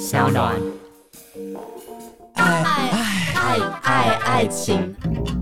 小暖， 爱情，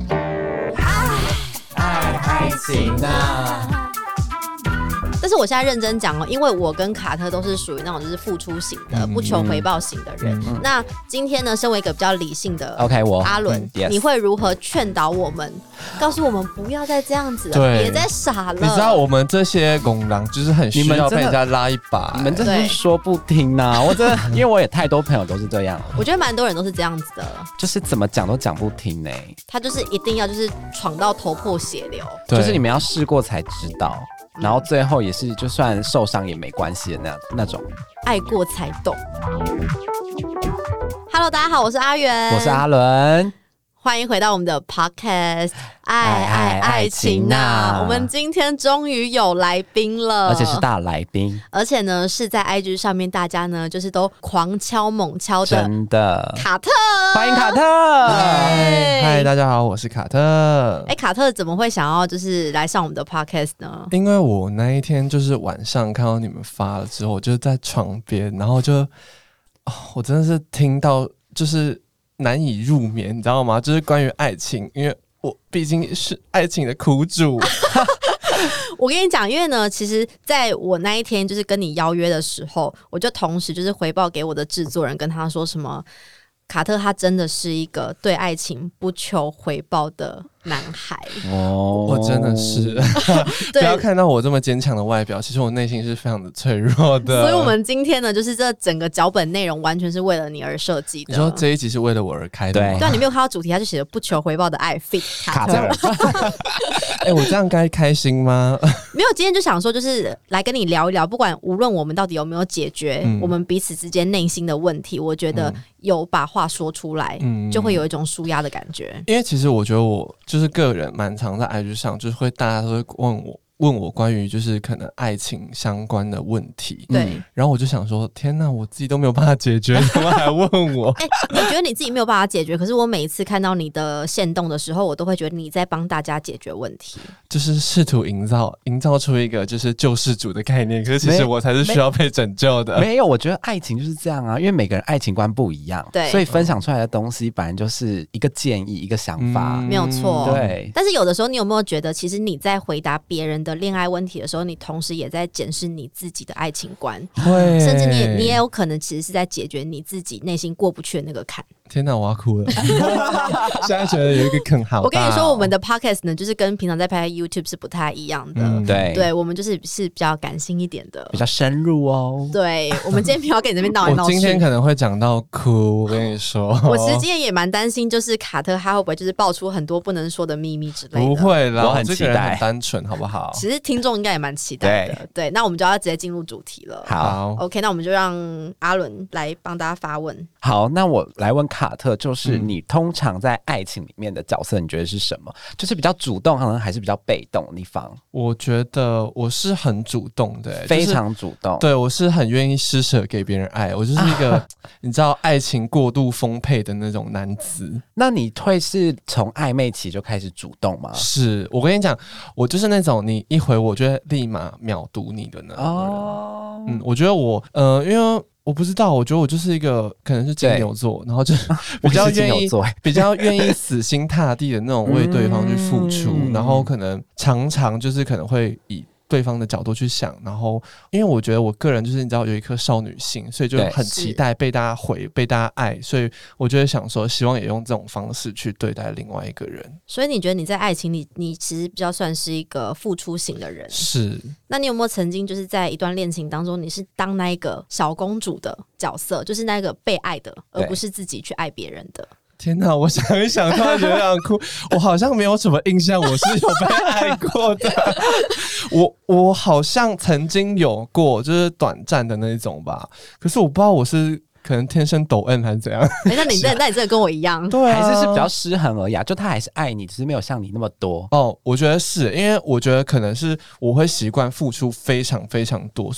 爱情啊！ 但是我现在认真讲哦，因为我跟卡特都是属于那种就是付出型的、不求回报型的人。那今天呢，身为一个比较理性的我阿伦，你会如何劝导我们，告诉我们不要再这样子了，别再傻了？ 你知道我们这些公狼就是很需要被人家拉一把、 你们真的是说不听呐、我真的，因为我也太多朋友都是这样， 我觉得蛮多人都是这样子的， 就是怎么讲都讲不听呢、 他就是一定要就是闯到头破血流， 就是你们要试过才知道。然后最后也是，就算受伤也没关系的那种， 爱过才懂。Hello， 大家好，我是阿元， 我是阿伦， 欢迎回到我们的 Podcast 爱情啊！我们今天终于有来宾了， 而且是大来宾， 而且呢是在 IG 上面大家呢就是都狂敲猛敲的， 真的卡特， 欢迎卡特！ 嗨，大家好，我是卡特。 卡特怎么会想要就是来上我们的 Podcast 呢？ 因为我那一天就是晚上看到你们发了之后，我就在床边，然后就，我真的是听到就是难以入眠，你知道吗？就是关于爱情，因为我毕竟是爱情的苦主。 我跟你讲，因为呢，其实在我那一天就是跟你邀约的时候，我就同时就是回报给我的制作人，跟他说什么，卡特他真的是一个对爱情不求回报的男孩。 我真的是不要看到我这么坚强的外表，其实我内心是非常的脆弱的。 所以我们今天呢，就是这整个脚本内容完全是为了你而设计的。 你说这一集是为了我而开的吗？ 对啊，你没有看到主题，他就写着不求回报的爱 fit 卡特。 我这样该开心吗？ 没有，今天就想说，就是来跟你聊一聊，不管无论我们到底有没有解决我们彼此之间内心的问题，我觉得有把话说出来，就会有一种抒压的感觉。 因为其实我觉得我就是个人蛮常在 IG 上，就是大家都会问我关于就是可能爱情相关的问题， 对， 然后我就想说，天哪，我自己都没有办法解决，怎么还问我？ 你觉得你自己没有办法解决，可是我每一次看到你的限动的时候，我都会觉得你在帮大家解决问题， 就是试图营造出一个就是救世主的概念，可是其实我才是需要被拯救的。 没有，我觉得爱情就是这样啊，因为每个人爱情观不一样， 对， 所以分享出来的东西本来就是一个建议，一个想法， 没有错。 对， 但是有的时候，你有没有觉得，其实你在回答别人的恋爱问题的时候，你同时也在检视你自己的爱情观， 会， 甚至你也有可能其实是在解决你自己内心过不去的那个坎。 天哪，我要哭了！现在觉得有一个坑好大。 我跟你说，我们的 podcast 呢，就是跟平常在拍 YouTube 是不太一样的。对，我们就是比较感性一点的， 比较深入哦。 对，我们今天不要跟你这边闹来闹去。 我今天可能会讲到哭，我跟你说。 我其实今天也蛮担心，就是卡特他会不会就是爆出很多不能说的秘密之类的？ 不会啦， 我很期待， 这个人很单纯，好不好？ 其实听众应该也蛮期待的。对，那我们就要直接进入主题了。 好 ，OK， 那我们就让阿伦来帮大家发问。 好，那我来问卡特，就是你通常在爱情里面的角色，你觉得是什么？就是比较主动，还是比较被动的地方？ 我觉得我是很主动的， 非常主动。 对，我是很愿意施舍给别人爱，我就是一个你知道爱情过度丰沛的那种男子。 那你会是从暧昧期就开始主动吗？ 是，我跟你讲，我就是那种你一回我就会立马秒读你的那种人。我觉得我因为我不知道，我觉得我就是一个可能是金牛座，然后就比较愿意死心塌地的那种为对方去付出，然后可能常常就是可能会以对方的角度去想，然后因为我觉得我个人就是你知道有一颗少女心，所以就很期待被大家回，被大家爱，所以我就会想说，希望也用这种方式去对待另外一个人。 所以你觉得你在爱情里，你其实比较算是一个付出型的人？ 是。 那你有没有曾经就是在一段恋情当中，你是当那一个小公主的角色，就是那个被爱的，而不是自己去爱别人的？ 天哪！我想一想，突然觉得想哭。我好像没有什么印象，我是有被爱过的。我好像曾经有过，就是短暂的那种吧。可是我不知道我是可能天生抖 N 还是怎样。 那你真的跟我一样， 对啊， 还是比较失衡而已啊。就他还是爱你，只是没有像你那么多。 我觉得是因为我觉得可能是我会习惯付出非常非常多，所以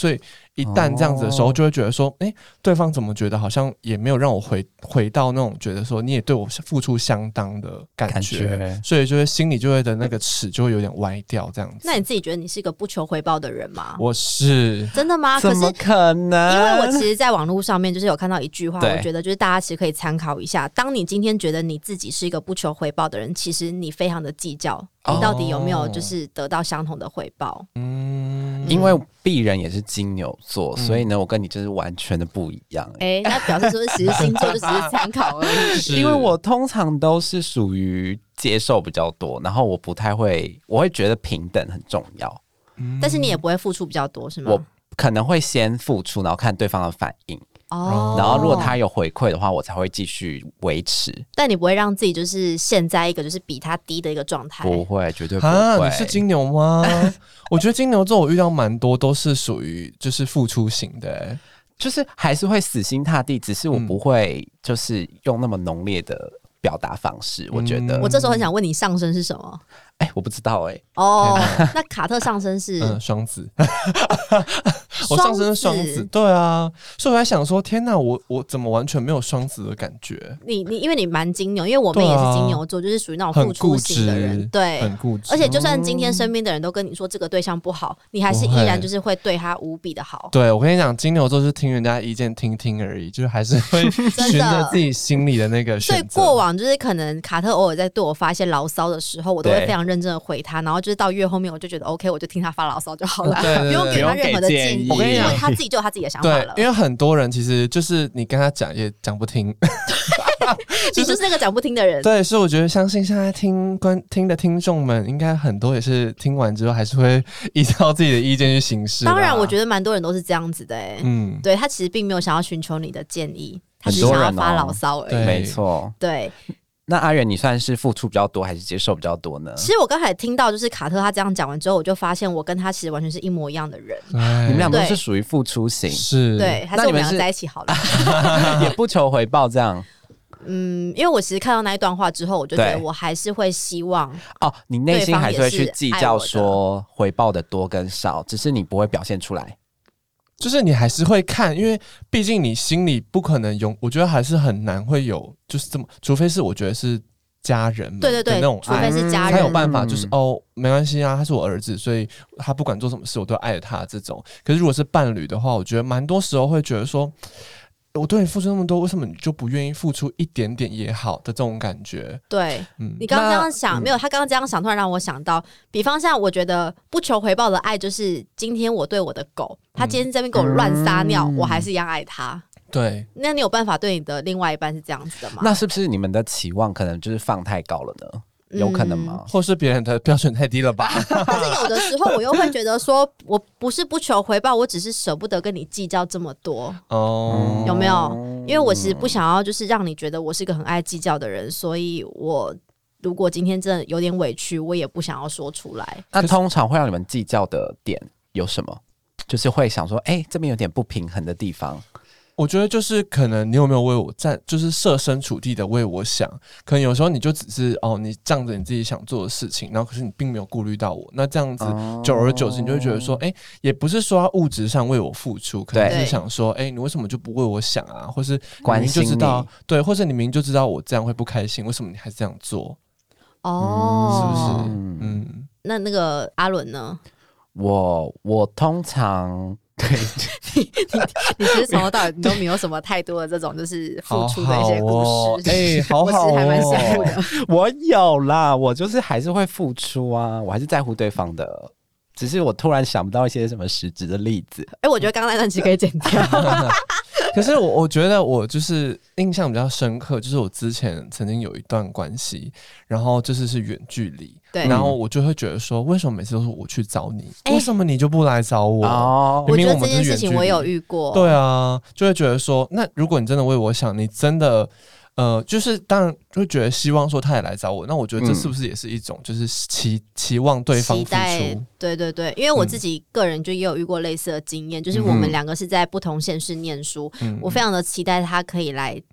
一旦这样子的时候，就会觉得说，对方怎么觉得好像也没有让我回到那种觉得说你也对我付出相当的感觉，所以就会心里就会的那个尺就会有点歪掉这样子。 那你自己觉得你是一个不求回报的人吗？ 我是。 真的吗？ 怎么可能？ 因为我其实在网络上面就是有看到一句话，我觉得就是大家其实可以参考一下。当你今天觉得你自己是一个不求回报的人，其实你非常的计较，你到底有没有就是得到相同的回报？ 因为鄙人也是金牛座，所以呢，我跟你就是完全的不一样。 那表示说其实星座就只是参考而已。 因为我通常都是属于接受比较多，然后我不太会，我会觉得平等很重要。 但是你也不会付出比较多，是吗？ 我可能会先付出，然后看对方的反应。然后如果他有回馈的话，我才会继续维持。 但你不会让自己就是陷在一个就是比他低的一个状态？ 不会，绝对不会。 你是金牛吗？我觉得金牛座我遇到蛮多都是属于就是付出型的， 就是还是会死心塌地，只是我不会就是用那么浓烈的表达方式。我觉得， 我这时候很想问你上升是什么？ 我不知道那卡特上升是双子。我上升是双子，对啊，所以我在想说，天哪，我怎么完全没有双子的感觉？ 你因为你蛮金牛，因为我们也是金牛座，就是属于那种付出型的人，对， 很固执。 而且就算今天身边的人都跟你说这个对象不好，你还是依然就是会对他无比的好。 对，我跟你讲，金牛座是听人家意见听听而已，就是还是会循着自己心里的那个选择。 所以过往就是可能卡特偶尔在对我发一些牢骚的时候，我都会非常认真的回他，然后就是到越后面我就觉得 OK， 我就听他发牢骚就好了，不用给他任何的建议。 我跟你讲， 因为他自己就有他自己的想法了。 对，因为很多人其实就是你跟他讲也讲不听。 你就是那个讲不听的人。 对，所以我觉得相信现在听的听众们应该很多也是听完之后还是会依照自己的意见去行事。 当然我觉得蛮多人都是这样子的对，他其实并没有想要寻求你的建议，他只是想要发牢骚而已。 没错， 对。 那阿远，你算是付出比较多还是接受比较多呢？ 其实我刚才听到就是卡特他这样讲完之后，我就发现我跟他其实完全是一一样的人。 你们俩都是属于付出型， 是对，还是我们两个在一起好了， 也不求回报这样。 因为我其实看到那一段话之后，我就觉得我还是会希望你内心还是会去计较说回报的多跟少，只是你不会表现出来。 就是你还是会看，因为毕竟你心里不可能我觉得还是很难会有就是这么，除非是我觉得是家人们的那种爱， 除非是家人才有办法，就是没关系啊，他是我儿子，所以他不管做什么事我都爱着他这种。可是如果是伴侣的话，我觉得蛮多时候会觉得说，我对你付出那么多，为什么你就不愿意付出一点点也好的这种感觉？ 对，你刚刚这样想，没有他刚刚这样想，突然让我想到，比方像我觉得不求回报的爱，就是今天我对我的狗，他今天在那边给我乱撒尿，我还是一样爱他。 对， 那你有办法对你的另外一半是这样子的吗？ 那是不是你们的期望可能就是放太高了呢？有可能吗？ 或是别人的标准太低了吧？ 但是有的时候我又会觉得说，我不是不求回报，我只是舍不得跟你计较这么多。有没有？因为我其实不想要就是让你觉得我是一个很爱计较的人，所以我如果今天真的有点委屈，我也不想要说出来。 那通常会让你们计较的点有什么？就是会想说，这边有点不平衡的地方。 我觉得就是可能你有没有为我就是设身处地的为我想，可能有时候你就只是你仗着你自己想做的事情，然后可是你并没有顾虑到我，那这样子久而久之你就会觉得说，也不是说物质上为我付出，可能是想说，你为什么就不为我想啊？或是你明明就知道，对，或是你明明就知道我这样会不开心，为什么你还这样做？是不是？ 那个阿伦呢？ 我通常。 你其实从头到尾都没有什么太多的这种就是付出的一些故事， 好好我其实还蛮羡慕的。 我有啦，我就是还是会付出啊，我还是在乎对方的，只是我突然想不到一些什么实质的例子。 我觉得刚刚那段其实可以剪掉。 可是我觉得我就是印象比较深刻，就是我之前曾经有一段关系，然后就是远距离， 对， 然后我就会觉得说，为什么每次都是我去找你，为什么你就不来找我？ 我觉得这件事情我有遇过。 对啊，就会觉得说，那如果你真的为我想，你真的。就是当然会觉得希望说他也来找我，那我觉得这是不是也是一种就是期望对方付出？ 对对对，因为我自己个人就也有遇过类似的经验，就是我们两个是在不同县市念书，我非常的期待他可以来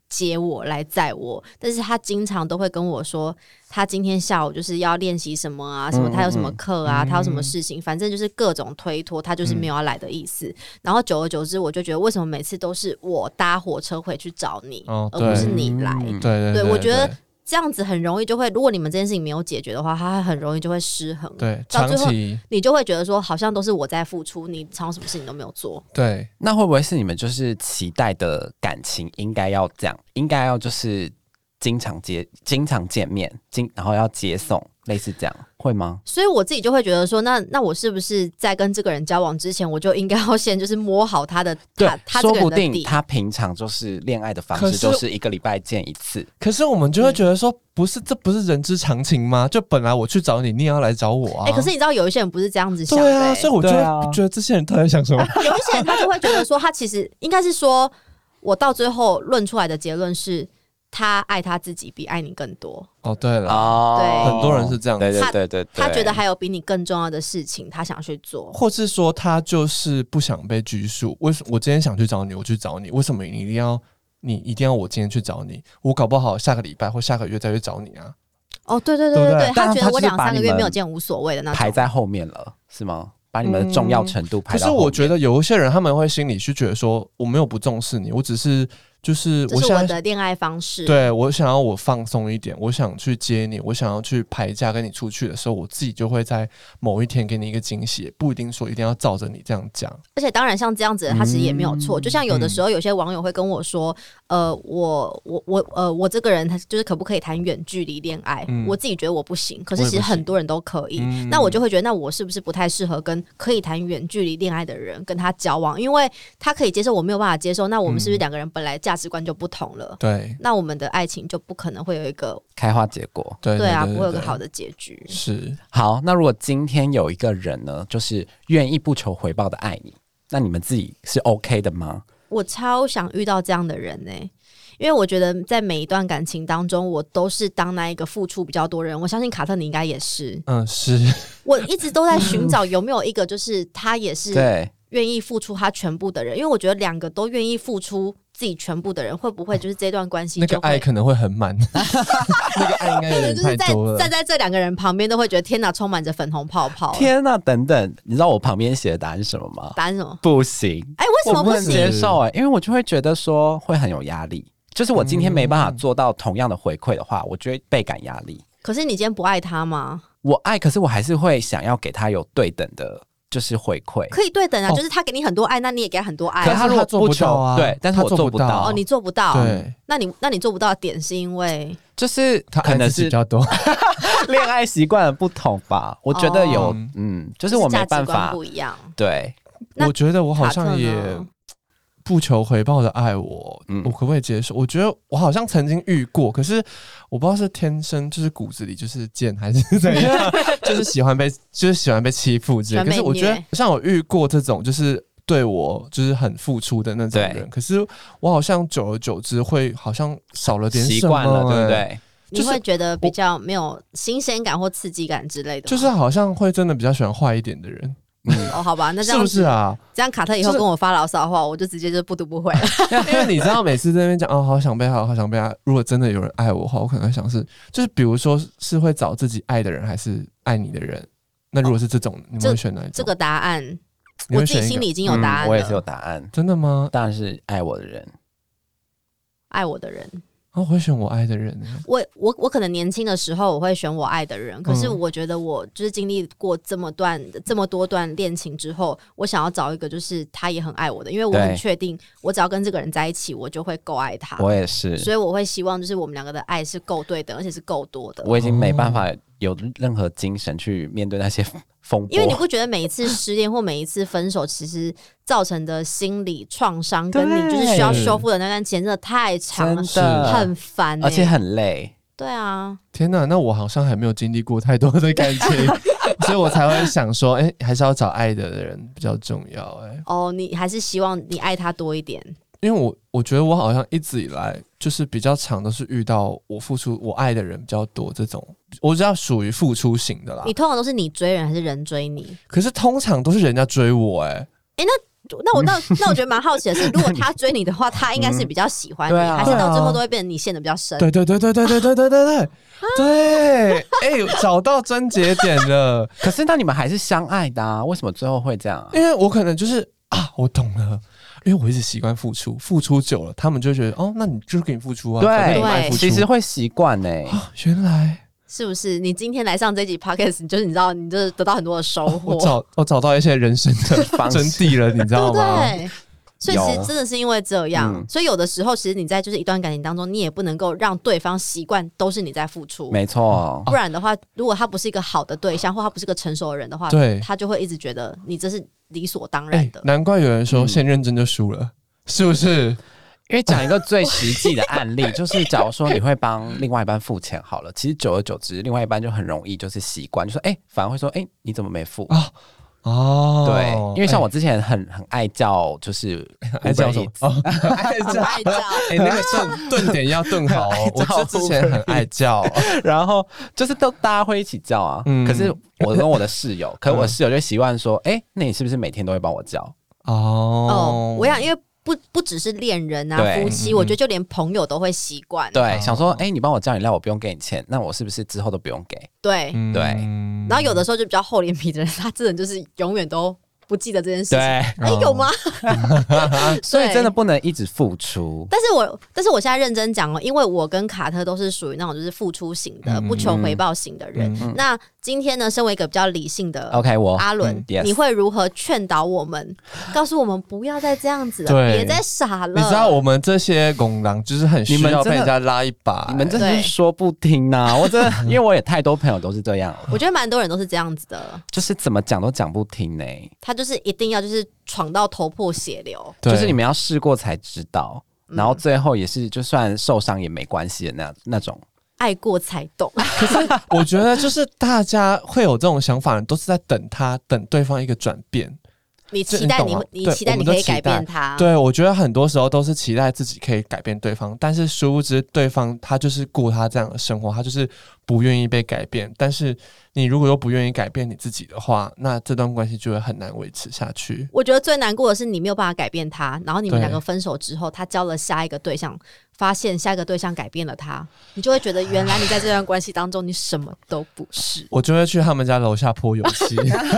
接我来载我，但是他经常都会跟我说他今天下午就是要练习什么啊，什么他有什么课啊，他有什么事情，反正就是各种推脱，他就是没有要来的意思。然后久而久之，我就觉得为什么每次都是我搭火车回去找你，而不是你来？对，我觉得这样子很容易就会，如果你们这件事情没有解决的话，它很容易就会失衡。 对， 到最后长期你就会觉得说，好像都是我在付出，你常常什么事情都没有做。 对， 那会不会是你们就是期待的感情应该要这样，应该要就是经常见面，然后要接送，类似这样，会吗？ 所以我自己就会觉得说，那我是不是在跟这个人交往之前，我就应该要先就是摸好他的他这个人的底。 说不定他平常就是恋爱的方式就是1个礼拜见一次。 可是我们就会觉得说，这不是人之常情吗？就本来我去找你，你也要来找我啊。 可是你知道有一些人不是这样子想的。 对啊，所以我就会觉得这些人到底在想什么？ 有一些人他就会觉得说，他其实应该是说，我到最后论出来的结论是，他爱他自己比爱你更多。 哦，对了， 对， 很多人是这样子。 对， 他觉得还有比你更重要的事情，他想去做， 或是说他就是不想被拘束。为什么我今天想去找你，我去找你？为什么你一定要我今天去找你？我搞不好下个礼拜或下个月再去找你啊。 哦，对，他觉得我2-3个月没有见无所谓的那种， 排在后面了，是吗？把你们的重要程度排到后面。 可是我觉得有一些人他们会心里去觉得说，我没有不重视你，我只是就是这是我的恋爱方式。 对，我想要我放松一点，我想去接你，我想要去排假跟你出去的时候，我自己就会在某一天给你一个惊喜，也不一定说一定要照着你这样讲。 而且当然像这样子他其实也没有错，就像有的时候有些网友会跟我说，我这个人他就是可不可以谈远距离恋爱？我自己觉得我不行，可是其实很多人都可以。那我就会觉得，那我是不是不太适合跟可以谈远距离恋爱的人跟他交往？因为他可以接受，我没有办法接受，那我们是不是2个人本来价值观就不同了？ 对， 那我们的爱情就不可能会有一个开花结果。 对啊，不会有个好的结局。 是。 好，那如果今天有一个人呢，就是愿意不求回报的爱你，那你们自己是 OK 的吗？ 我超想遇到这样的人欸，因为我觉得在每一段感情当中，我都是当那一个付出比较多的人。我相信卡特你应该也是。 是。我一直都在寻找有没有一个就是他也是愿意付出他全部的人，因为我觉得2个都愿意付出自己全部的人，会不会就是这段关系那个爱可能会很满？那个爱应该有点太多了。 站在这2个人旁边，都会觉得天哪，充满着粉红泡泡。 天哪，等等，你知道我旁边写的答案是什么吗？ 答案是什么？ 不行。 为什么不行？ 我不能接受因为我就会觉得说会很有压力。就是我今天没办法做到同样的回馈的话，我就会倍感压力。 可是你今天不爱他吗？ 我爱，可是我还是会想要给他有对等的，就是回馈。 可以对等啊，就是他给你很多爱，那你也给他很多爱。 可是他如果做不到啊， 对，但是我做不到。 你做不到。 对， 那你做不到的点是因为就是他可能是比较多， 恋爱习惯的不同吧。我觉得有，就是我没办法不一样。 对， 我觉得我好像也不求回报的爱我可不可以接受？我觉得我好像曾经遇过，可是我不知道是天生就是骨子里就是贱还是怎样，就是喜欢被欺负之类。可是我觉得像我遇过这种就是对我就是很付出的那种人，可是我好像久而久之会好像少了点什么， 习惯了，对不对？ 你会觉得比较没有新鲜感或刺激感之类的吗？ 就是好像会真的比较喜欢坏一点的人。 好吧，那这样是不是啊？ 这样卡特以后跟我发牢骚的话，我就直接就不读不回了。 因为你知道，每次在那边讲好想被爱，好想被爱。如果真的有人爱我的话，我可能会想就是比如说是会找自己爱的人，还是爱你的人？那如果是这种，你们会选哪一种？ 这个答案，我自己心里已经有答案了。 我也是有答案。 真的吗？ 当然是爱我的人， 爱我的人。 我会选我爱的人。 我可能年轻的时候我会选我爱的人，可是我觉得我就是经历过这么多段恋情之后，我想要找一个就是他也很爱我的，因为我很确定我只要跟这个人在一起，我就会够爱他。 我也是， 所以我会希望就是我们2个的爱是够对等，而且是够多的。 我已经没办法有任何精神去面对那些风波， 因为你不觉得每一次失恋或每一次分手，其实造成的心理创伤跟你就是需要修复的那段时间真的太长了，很烦而且很累。 对啊， 天哪，那我好像还没有经历过太多的感情，所以我才会想说，还是要找爱的人比较重要。 你还是希望你爱他多一点。 因为我觉得我好像一直以来就是比较常都是遇到我付出我爱的人比较多，这种我比较属于付出型的啦。 你通常都是你追人还是人追你？ 可是通常都是人家追我。 那我觉得蛮好奇的是，如果他追你的话，他应该是比较喜欢你， 对啊还是到最后都会变成你陷得比较深？ 对，找到症结点了。 可是那你们还是相爱的啊？为什么最后会这样啊？ 因为我可能就是我懂了。因为我一直习惯付出，付出久了，他们就觉得那你就是给你付出啊。 对，其实会习惯呢。 原来是不是？你今天来上这集 podcast， 你知道，你就是得到很多的收获。 我找到一些人生的真谛了，你知道吗？ 对。所以其实真的是因为这样，所以有的时候其实你在就是一段感情当中，你也不能够让对方习惯都是你在付出， 没错。 不然的话，如果他不是一个好的对象，或他不是个成熟的人的话， 对， 他就会一直觉得你这是理所当然的。 难怪有人说先认真就输了，是不是？ 因为讲一个最实际的案例，就是假如说你会帮另外一半付钱好了，其实久而久之，另外一半就很容易就是习惯，就说反而会说你怎么没付啊？对，因为像我之前很爱叫，就是爱叫什么？爱叫，那个顿点要顿好哦。我之前很爱叫， 然后就是大家会一起叫啊。可是我跟我的室友，可是我的室友就习惯说，那你是不是每天都会帮我叫？ 我想因为。不只是恋人啊，夫妻，我觉得就连朋友都会习惯。 对，想说，你帮我叫饮料，我不用给你钱，那我是不是之后都不用给？ 对对。 然后有的时候就比较厚脸皮的人，他真的就是永远都不记得这件事情。有吗？ 所以真的不能一直付出。 但是我现在认真讲因为我跟卡特都是属于那种就是付出型的，不求回报型的人。那今天呢，身为一个比较理性的阿伦，你会如何劝导我们，告诉我们不要再这样子了，别再傻了？ 你知道我们这些公狼就是很需要被人家拉一把， 你们真的是说不听啊！我真的，因为我也太多朋友都是这样， 我觉得蛮多人都是这样子的， 就是怎么讲都讲不听呢。 他就是一定要就是闯到头破血流， 就是你们要试过才知道，然后最后也是就算受伤也没关系的那种。 爱过才懂。 可是我觉得就是大家会有这种想法，都是在等对方一个转变。 你期待你期待你可以改变他。 对，我觉得很多时候都是期待自己可以改变对方，但是殊不知对方他就是过他这样的生活，他就是不愿意被改变。但是你如果又不愿意改变你自己的话，那这段关系就会很难维持下去。 我觉得最难过的是你没有办法改变他，然后你们两个分手之后，他交了下一个对象，发现下一个对象改变了他，你就会觉得原来你在这段关系当中你什么都不是。 我就会去他们家楼下泼油漆。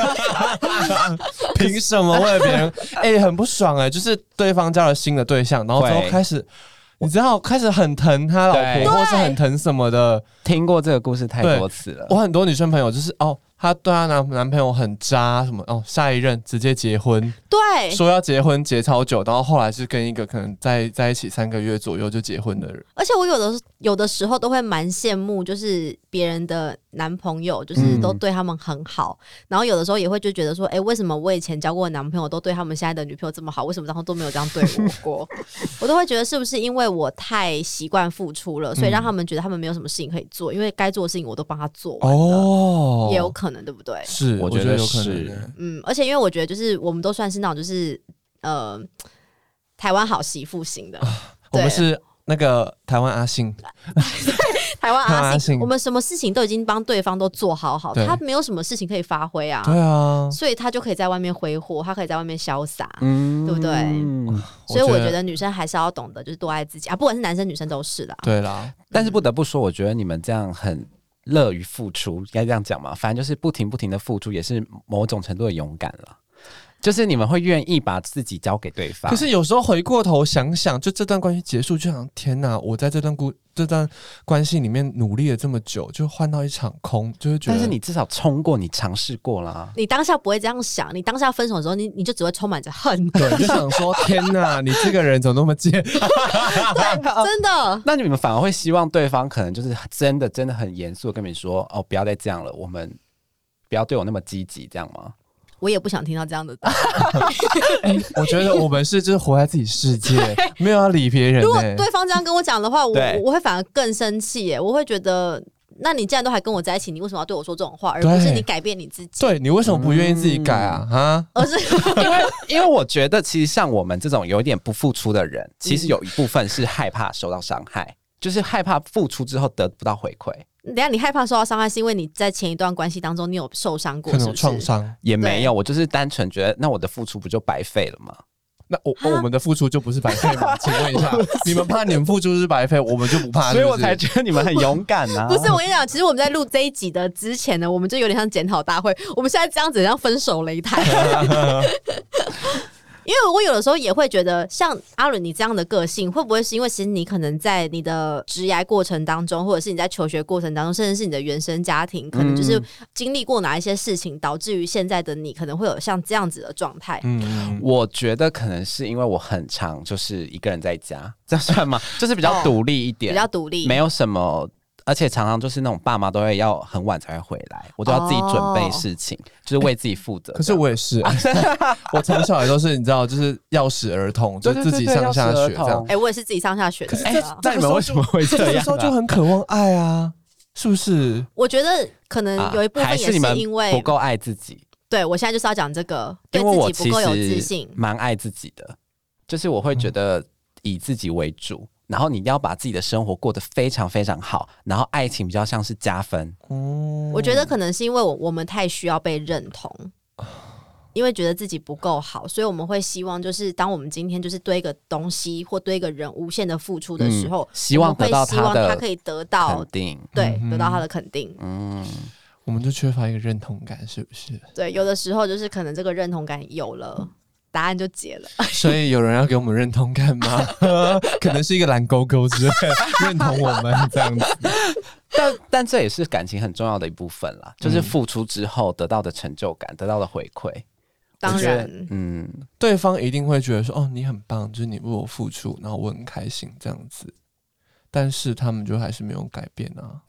凭什么为了别人？很不爽就是对方交了新的对象，然后之后开始，你知道开始很疼他老婆，或是很疼什么的。 听过这个故事太多次了。 我很多女生朋友就是她对她男朋友很渣，什么下一任直接结婚， 对， 说要结婚结超久，然后后来是跟一个可能在一起3个月左右就结婚的人。 而且我有的时候都会蛮羡慕，就是别人的男朋友，就是都对他们很好，然后有的时候也会就觉得说，为什么我以前交过的男朋友都对他们现在的女朋友这么好，为什么然后都没有这样对我过？我都会觉得是不是因为我太习惯付出了，所以让他们觉得他们没有什么事情可以做，因为该做的事情我都帮他做完了，也有可能，对不对？ 是，我觉得有可能。 而且因为我觉得就是我们都算是那种就是台湾好媳妇型的， 我们是那个台湾阿信。 台湾阿信，我们什么事情都已经帮对方都做好，他没有什么事情可以发挥啊。 对啊， 所以他就可以在外面挥霍，他可以在外面潇洒，对不对？所以我觉得女生还是要懂得就是多爱自己啊，不管是男生女生都是啦。 对啦， 但是不得不说，我觉得你们这样很乐于付出，应该这样讲嘛，反正就是不停的付出，也是某种程度的勇敢了。就是你们会愿意把自己交给对方， 可是有时候回过头想想，就这段关系结束，就想天哪，我在这段关系里面努力了这么久，就换到一场空，就会觉得。 但是你至少冲过，你尝试过啦。 你当下不会这样想，你当下分手的时候，你就只会充满着恨。 对，就想说天哪，你这个人怎么那么贱？对， 真的。 那你们反而会希望对方可能就是真的很严肃的跟你说，不要再这样了，我们不要对我那么积极，这样吗？ 我也不想听到这样的答案。 我觉得我们是就是活在自己世界，没有要理别人。 如果对方这样跟我讲的话，我会反而更生气耶。我会觉得，那你既然都还跟我在一起，你为什么要对我说这种话，而不是你改变你自己？ 对，你为什么不愿意自己改啊？ 而是因为我觉得，其实像我们这种有点不付出的人，其实有一部分是害怕受到伤害，就是害怕付出之后得不到回馈。 等一下你害怕受到伤害，是因为你在前一段关系当中你有受伤过， 可能有是不是？ 创伤。 也没有，我就是单纯觉得，那我的付出不就白费了吗？ 那我们的付出就不是白费吗？请问一下，你们怕你们付出是白费，我们就不怕， 所以我才觉得你们很勇敢啊！ 不是，我跟你讲，其实我们在录这一集的之前呢，我们就有点像检讨大会，我们现在这样子像分手擂台。因为我有的时候也会觉得，像阿伦你这样的个性，会不会是因为其实你可能在你的职涯过程当中，或者是你在求学过程当中，甚至是你的原生家庭，可能就是经历过哪一些事情，导致于现在的你可能会有像这样子的状态。 我觉得可能是因为我很常就是一个人在家，这样算吗？就是比较独立一点， 比较独立， 没有什么。而且常常就是那种爸妈都会要很晚才会回来，我都要自己准备事情，就是为自己负责。 可是我也是，我从小也都是你知道，就是钥匙儿童，就自己上下学这样。 我也是自己上下学的。 那你们为什么会这样？ 这个时候就很渴望爱啊，是不是？ 我觉得可能有一部分也是因为不够爱自己。 对，我现在就是要讲这个，对自己不够有自信， 蛮爱自己的，就是我会觉得以自己为主。然后你要把自己的生活过得非常非常好，然后爱情比较像是加分。 我觉得可能是因为我们太需要被认同，因为觉得自己不够好，所以我们会希望就是当我们今天就是对一个东西或对一个人无限的付出的时候， 希望得到他的他可以得到肯定， 对，得到他的肯定。 我们就缺乏一个认同感，是不是？ 对，有的时候就是可能这个认同感有了。答案就解了， 所以有人要给我们认同感吗？可能是一个蓝勾勾之类认同我们这样子。 但这也是感情很重要的一部分啦，就是付出之后得到的成就感，得到的回馈。 当然， 对方一定会觉得说，哦，你很棒，就是你为我付出，然后我很开心这样子。但是他们就还是没有改变啊。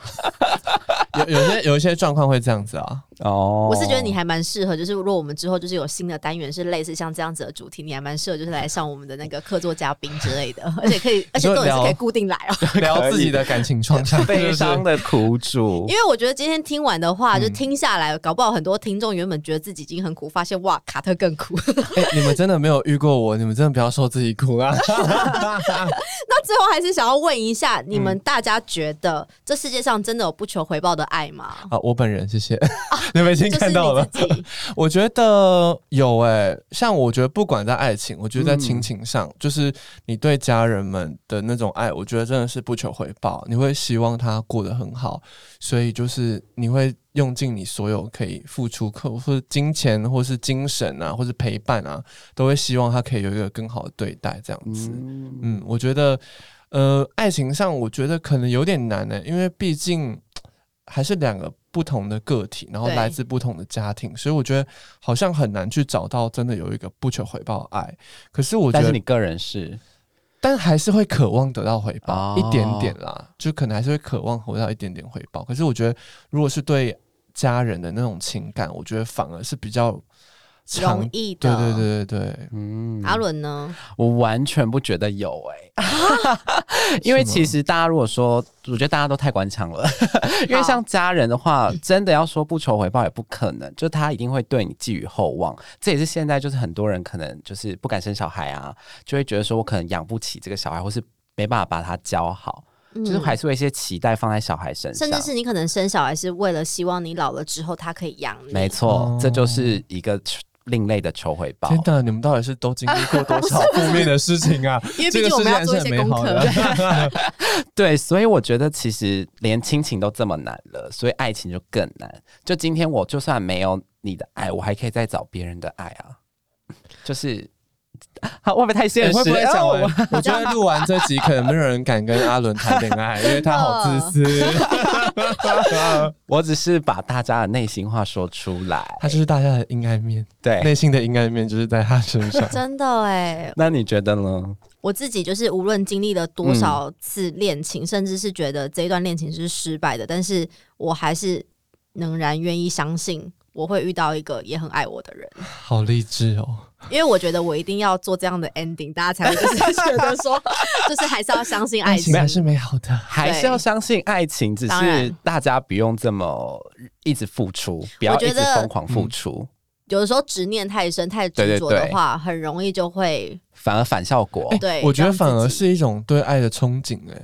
有一些状况会这样子啊。 我是觉得你还蛮适合，就是如果我们之后就是有新的单元是类似像这样子的主题，你还蛮适合就是来上我们的那个客座嘉宾之类的，而且重点是可以固定来哦， 聊自己的感情创伤、 悲伤的苦主。 因为我觉得今天听完的话，就听下来，搞不好很多听众原本觉得自己已经很苦，发现哇，卡特更苦。 你们真的没有遇过我，你们真的不要受自己苦啊。 那最后还是想要问一下，你们大家觉得这世界上真的有不求回报的爱吗？ 我本人谢谢。你们已经看到了。我觉得有像我觉得不管在爱情，我觉得在亲情上，就是你对家人们的那种爱，我觉得真的是不求回报，你会希望他过得很好，所以就是你会用尽你所有可以付出，或是金钱，或是精神啊，或是陪伴啊，都会希望他可以有一个更好的对待，这样子。我觉得爱情上我觉得可能有点难因为毕竟还是两个不同的个体，然后来自不同的家庭，所以我觉得好像很难去找到真的有一个不求回报的爱。可是我觉得， 但是你个人是， 但还是会渴望得到回报，一点点啦，就可能还是会渴望得到一点点回报。可是我觉得，如果是对家人的那种情感，我觉得反而是比较容易的。 对。 阿伦呢？ 我完全不觉得有因为其实大家如果说，我觉得大家都太官腔了。因为像家人的话，真的要说不求回报也不可能，就他一定会对你寄予厚望。这也是现在就是很多人可能就是不敢生小孩啊，就会觉得说我可能养不起这个小孩，或是没办法把他教好。就是还是会一些期待放在小孩身上， 甚至是你可能生小孩是为了希望你老了之后他可以养你。 没错，这就是一个另类的求回报。 天哪，你们到底是都经历过多少负面的事情啊？ 因为毕竟我们要做一些功课。 对，所以我觉得其实连亲情都这么难了，所以爱情就更难。就今天我就算没有你的爱，我还可以再找别人的爱啊。就是会不会太现实？ 会不会讲完？我觉得录完这集，可能没有人敢跟阿伦谈恋爱，因为他好自私。 我只是把大家的内心话说出来， 他就是大家的阴暗面， 对， 内心的阴暗面就是在他身上。 真的那你觉得呢？ 我自己就是无论经历了多少次恋情，甚至是觉得这一段恋情是失败的，但是我还是仍然愿意相信我会遇到一个也很爱我的人。 好励志哦！ 因为我觉得我一定要做这样的 ending， 大家才会就是觉得说，就是还是要相信爱情， 还是美好的， 还是要相信爱情，只是大家不用这么一直付出，不要一直疯狂付出。 有的时候执念太深、太执着的话，很容易就会反而反效果。 对， 我觉得反而是一种对爱的憧憬。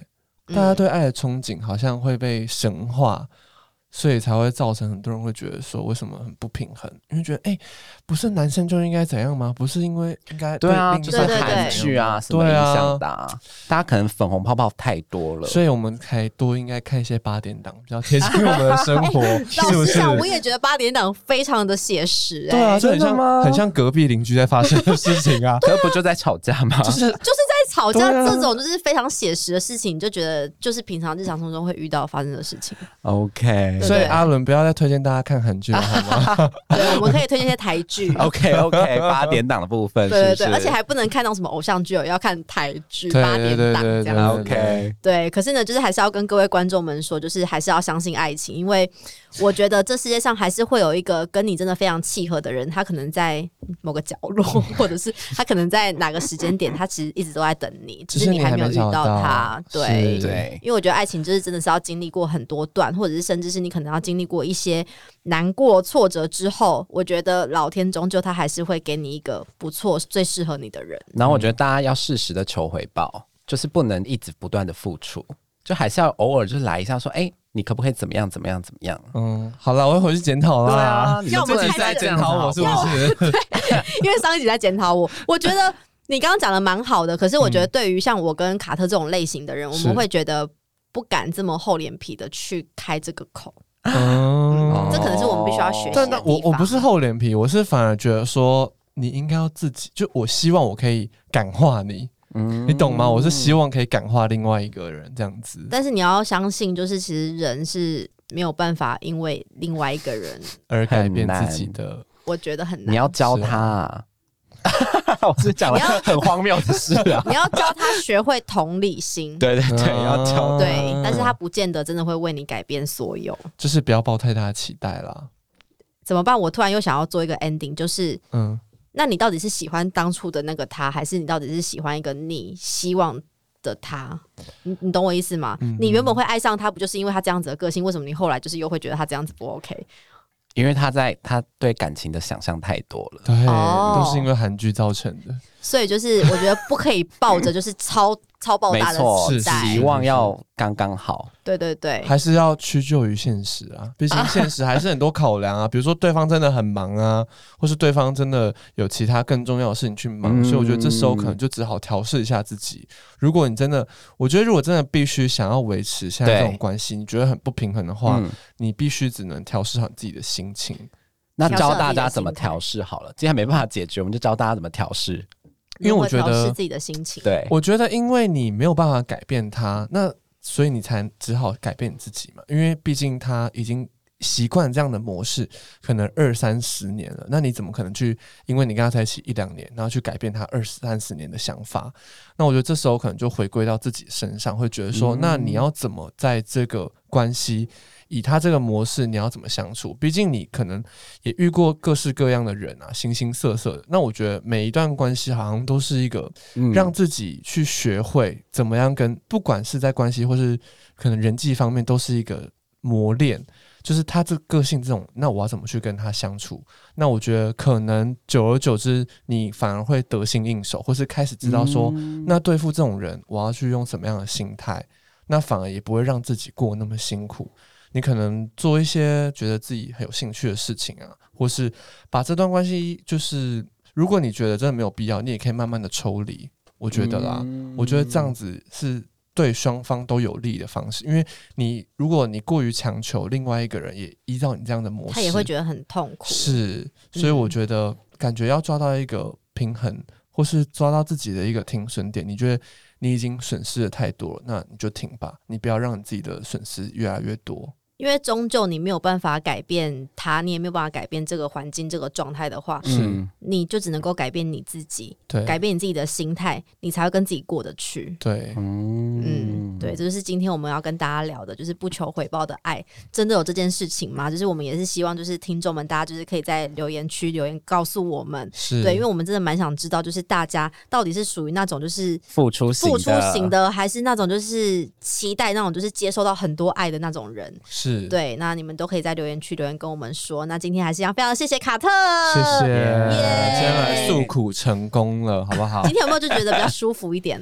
大家对爱的憧憬好像会被神化，所以才会造成很多人会觉得说为什么很不平衡，因为觉得不是男生就应该怎样吗？不是因为应该对啊， 另一就是半韩剧啊什么影响的大家可能粉红泡泡太多了， 所以我们还多应该看一些8点档，比较贴近我们的生活，是不是？ 我也觉得8点档非常的写实， 对啊，就很像隔壁邻居在发生的事情啊， 可不就在吵架吗？ 就是在吵架这种就是非常写实的事情，你就觉得就是平常日常生活中会遇到发生的事情。 OK， 所以阿伦不要再推荐大家看韩剧了，好吗？ 对，我们可以推荐一些台剧。 OK， 8点档的部分， 对对对，而且还不能看到什么偶像剧哦，要看台剧8点档这样。 OK， 对，可是呢，就是还是要跟各位观众们说，就是还是要相信爱情，因为我觉得这世界上还是会有一个跟你真的非常契合的人，他可能在某个角落，或者是他可能在哪个时间点，他其实一直都在等你，只是你还没有遇到他。对，因为我觉得爱情就是真的是要经历过很多段，或者是甚至是你可能要经历过一些难过挫折之后，我觉得老天终究他还是会给你一个不错最适合你的人。 然后我觉得大家要适时的求回报，就是不能一直不断的付出，就还是要偶尔就是来一下说你可不可以怎么样怎么样怎么样？ 好了，我会回去检讨啦。 要自己在检讨我是不是？ 因为上一集在检讨我觉得你刚刚讲的蛮好的，可是我觉得对于像我跟卡特这种类型的人，我们会觉得不敢这么厚脸皮的去开这个口。这可能是我们必须要学习的地方。 我不是厚脸皮，我是反而觉得说你应该要自己，就我希望我可以感化你。你懂吗？我是希望可以感化另外一个人这样子。 但是你要相信，就是其实人是没有办法因为另外一个人而改变自己的， 我觉得很难。 你要教他我是讲了很荒谬的事啊。 你要教他学会同理心。 对对对，要教他。 对，但是他不见得真的会为你改变所有， 就是不要抱太大的期待啦。 怎么办？我突然又想要做一个 ending， 就是那你到底是喜欢当初的那个他，还是你到底是喜欢一个你希望的他？你懂我意思吗？你原本会爱上他，不就是因为他这样子的个性？为什么你后来就是又会觉得他这样子不 OK？ 因为他对感情的想象太多了， 对，都是因为韩剧造成的。 所以就是我觉得不可以抱着就是超爆大的期待， 期望要刚刚好。 对对对， 还是要屈就于现实啊，毕竟现实还是很多考量啊，比如说对方真的很忙啊，或是对方真的有其他更重要的事情去忙，所以我觉得这时候可能就只好调试一下自己。如果你真的，我觉得如果真的必须想要维持现在这种关系，你觉得很不平衡的话，你必须只能调试好自己的心情。 那教大家怎么调试好了，既然没办法解决，我们就教大家怎么调试。 因为我觉得调试自己的心情， 对， 我觉得因为你没有办法改变他，那所以你才只好改变你自己嘛。因为毕竟他已经习惯这样的模式，可能20-30年了，那你怎么可能去因为你跟他在一起1-2年，然后去改变他20-30年的想法？那我觉得这时候可能就回归到自己身上，会觉得说，那你要怎么在这个关系？以他这个模式，你要怎么相处？毕竟你可能也遇过各式各样的人啊，形形色色的。那我觉得每一段关系好像都是一个让自己去学会怎么样跟，不管是在关系或是可能人际方面，都是一个磨练。就是他这个性这种，那我要怎么去跟他相处？那我觉得可能久而久之，你反而会得心应手，或是开始知道说，那对付这种人，我要去用什么样的心态？那反而也不会让自己过那么辛苦。你可能做一些觉得自己很有兴趣的事情啊，或是把这段关系，就是如果你觉得真的没有必要，你也可以慢慢的抽离。我觉得啦，我觉得这样子是对双方都有利的方式。因为如果你过于强求另外一个人也依照你这样的模式， 他也会觉得很痛苦。 是，所以我觉得感觉要抓到一个平衡，或是抓到自己的一个停损点。你觉得你已经损失了太多了，那你就停吧，你不要让你自己的损失越来越多。 因为终究你没有办法改变他，你也没有办法改变这个环境、这个状态的话，你就只能够改变你自己，改变你自己的心态，你才会跟自己过得去。 对， 对，这就是今天我们要跟大家聊的，就是不求回报的爱，真的有这件事情吗？就是我们也是希望，就是听众们大家就是可以在留言区留言告诉我们，对，因为我们真的蛮想知道，就是大家到底是属于那种就是付出型的，还是那种就是期待那种就是接受到很多爱的那种人。对，那你们都可以在留言区留言跟我们说。那今天还是一样，非常谢谢卡特， 谢谢，今天来诉苦成功了，好不好？ 今天有没有就觉得比较舒服一点了？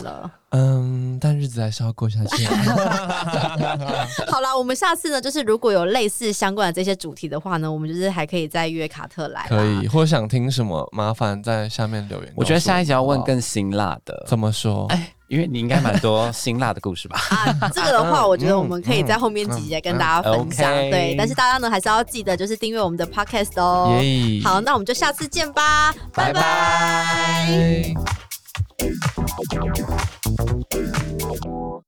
但日子还是要过下去。 好啦，我们下次呢，就是如果有类似相关的这些主题的话呢，我们就是还可以再约卡特来。 可以，或想听什么，麻烦在下面留言。 我觉得下一集要问更辛辣的。 怎么说？ 因为你应该蛮多辛辣的故事吧？ 这个的话，我觉得我们可以在后面几集跟大家分享。对，但是大家呢还是要记得就是订阅我们的 podcast 哦。好，那我们就下次见吧，拜拜。